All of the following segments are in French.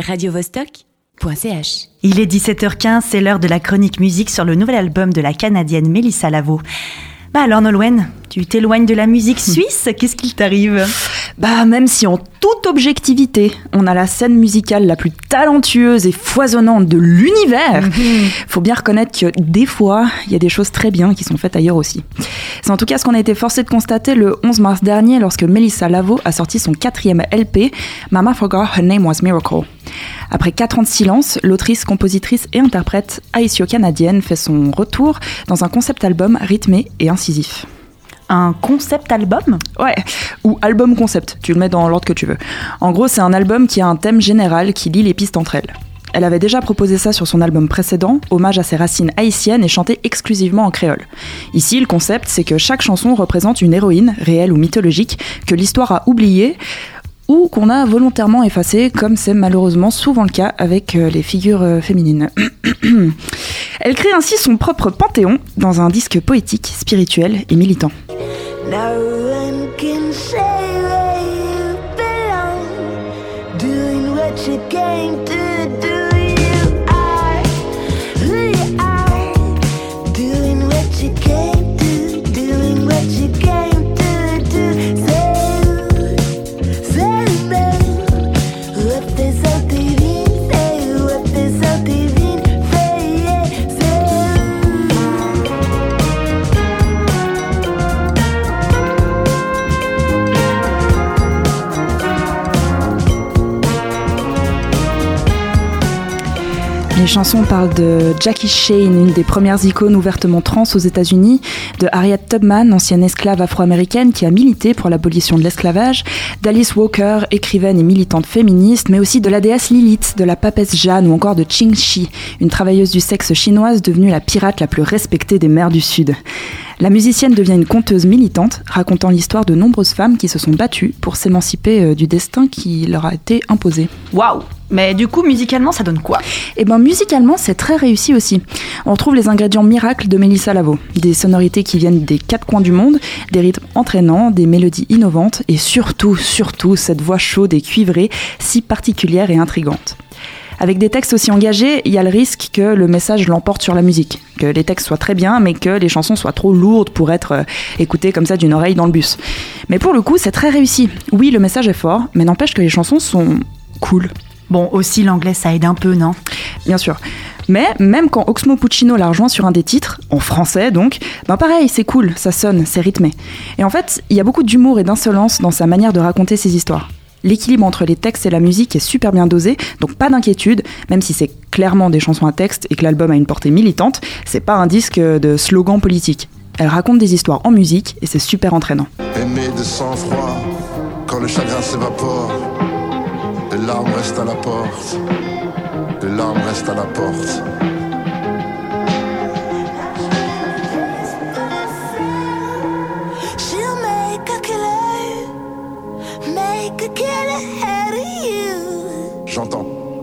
radiovostok.ch. Il est 17h15, c'est l'heure de la chronique musique sur le nouvel album de la Canadienne Mélissa Lavo. Alors Nolwenn, tu t'éloignes de la musique suisse, qu'est-ce qu'il t'arrive ? Même si en toute objectivité, on a la scène musicale la plus talentueuse et foisonnante de l'univers, faut bien reconnaître que des fois, il y a des choses très bien qui sont faites ailleurs aussi. C'est en tout cas ce qu'on a été forcé de constater le 11 mars dernier lorsque Mélissa Lavo a sorti son 4e LP, Mama Forgot Her Name Was Miracle. Après 4 ans de silence, l'autrice, compositrice et interprète haïtio-canadienne fait son retour dans un concept album rythmé et incisif. Un concept album ? Ouais, ou album concept, tu le mets dans l'ordre que tu veux. En gros, c'est un album qui a un thème général qui lie les pistes entre elles. Elle avait déjà proposé ça sur son album précédent, hommage à ses racines haïtiennes et chanté exclusivement en créole. Ici, le concept, c'est que chaque chanson représente une héroïne, réelle ou mythologique, que l'histoire a oubliée, ou qu'on a volontairement effacé, comme c'est malheureusement souvent le cas avec les figures féminines. Elle crée ainsi son propre panthéon dans un disque poétique, spirituel et militant. No one can say where you belong, doing what you came to do. You are who you are, doing what you came to, doing what you came to do. Les chansons parlent de Jackie Shane, une des premières icônes ouvertement trans aux États-Unis, de Harriet Tubman, ancienne esclave afro-américaine qui a milité pour l'abolition de l'esclavage, d'Alice Walker, écrivaine et militante féministe, mais aussi de la déesse Lilith, de la papesse Jeanne ou encore de Qing Shi, une travailleuse du sexe chinoise devenue la pirate la plus respectée des mers du Sud. La musicienne devient une conteuse militante, racontant l'histoire de nombreuses femmes qui se sont battues pour s'émanciper du destin qui leur a été imposé. Waouh ! Mais du coup, musicalement, ça donne quoi ? Musicalement, c'est très réussi aussi. On retrouve les ingrédients miracles de Mélissa Lavo. Des sonorités qui viennent des 4 coins du monde, des rythmes entraînants, des mélodies innovantes et surtout, cette voix chaude et cuivrée, si particulière et intrigante. Avec des textes aussi engagés, il y a le risque que le message l'emporte sur la musique, que les textes soient très bien, mais que les chansons soient trop lourdes pour être écoutées comme ça d'une oreille dans le bus. Mais pour le coup, c'est très réussi. Oui, le message est fort, mais n'empêche que les chansons sont cool. Bon, aussi l'anglais, ça aide un peu, non ? Bien sûr. Mais même quand Oxmo Puccino l'a rejoint sur un des titres, en français donc, pareil, c'est cool, ça sonne, c'est rythmé. Et en fait, il y a beaucoup d'humour et d'insolence dans sa manière de raconter ses histoires. L'équilibre entre les textes et la musique est super bien dosé, donc pas d'inquiétude, même si c'est clairement des chansons à texte et que l'album a une portée militante, c'est pas un disque de slogan politique. Elle raconte des histoires en musique et c'est super entraînant. Aimer de sang-froid, quand le chagrin s'évapore, les larmes restent à la porte, les larmes restent à la porte. J'entends.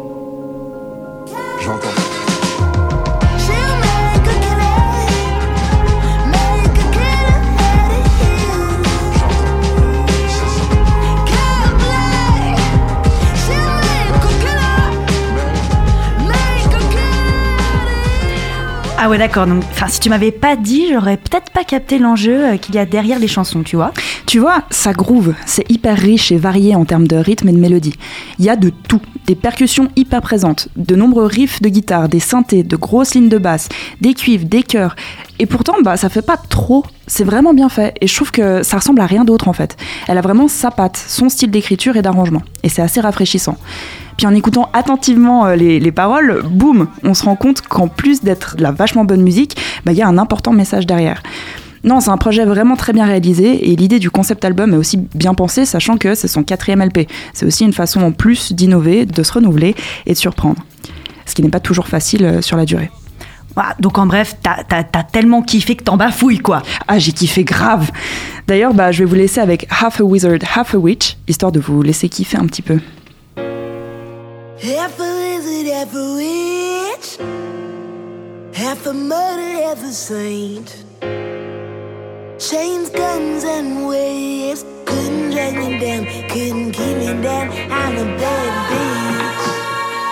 Ah ouais, d'accord. Donc, si tu m'avais pas dit, j'aurais peut-être pas capté l'enjeu qu'il y a derrière les chansons, tu vois. Tu vois, ça groove, c'est hyper riche et varié en termes de rythme et de mélodie. Il y a de tout, des percussions hyper présentes, de nombreux riffs de guitare, des synthés, de grosses lignes de basse, des cuivres, des chœurs. Et pourtant, ça fait pas trop. C'est vraiment bien fait. Et je trouve que ça ressemble à rien d'autre en fait. Elle a vraiment sa patte, son style d'écriture et d'arrangement. Et c'est assez rafraîchissant. Puis en écoutant attentivement les paroles, boum, on se rend compte qu'en plus d'être de la vachement bonne musique, y a un important message derrière. Non, c'est un projet vraiment très bien réalisé et l'idée du concept album est aussi bien pensée, sachant que c'est son 4e LP. C'est aussi une façon en plus d'innover, de se renouveler et de surprendre. Ce qui n'est pas toujours facile sur la durée. Donc en bref, t'as tellement kiffé que t'en bafouilles, quoi. Ah, j'ai kiffé grave. D'ailleurs, je vais vous laisser avec Half a Wizard, Half a Witch, histoire de vous laisser kiffer un petit peu. Half a wizard, half a witch, half a murder, half a saint. Chains, guns, and waves couldn't drag me down, couldn't keep me down. I'm a bad bitch.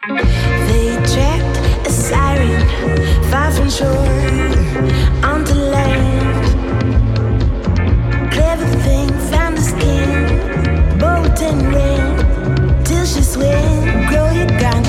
They tracked a siren far from shore onto land. Clever thing found a skin, boat and rain till she swam. Grow your gun.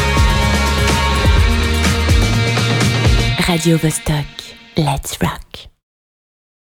Radio Vostok, let's rock.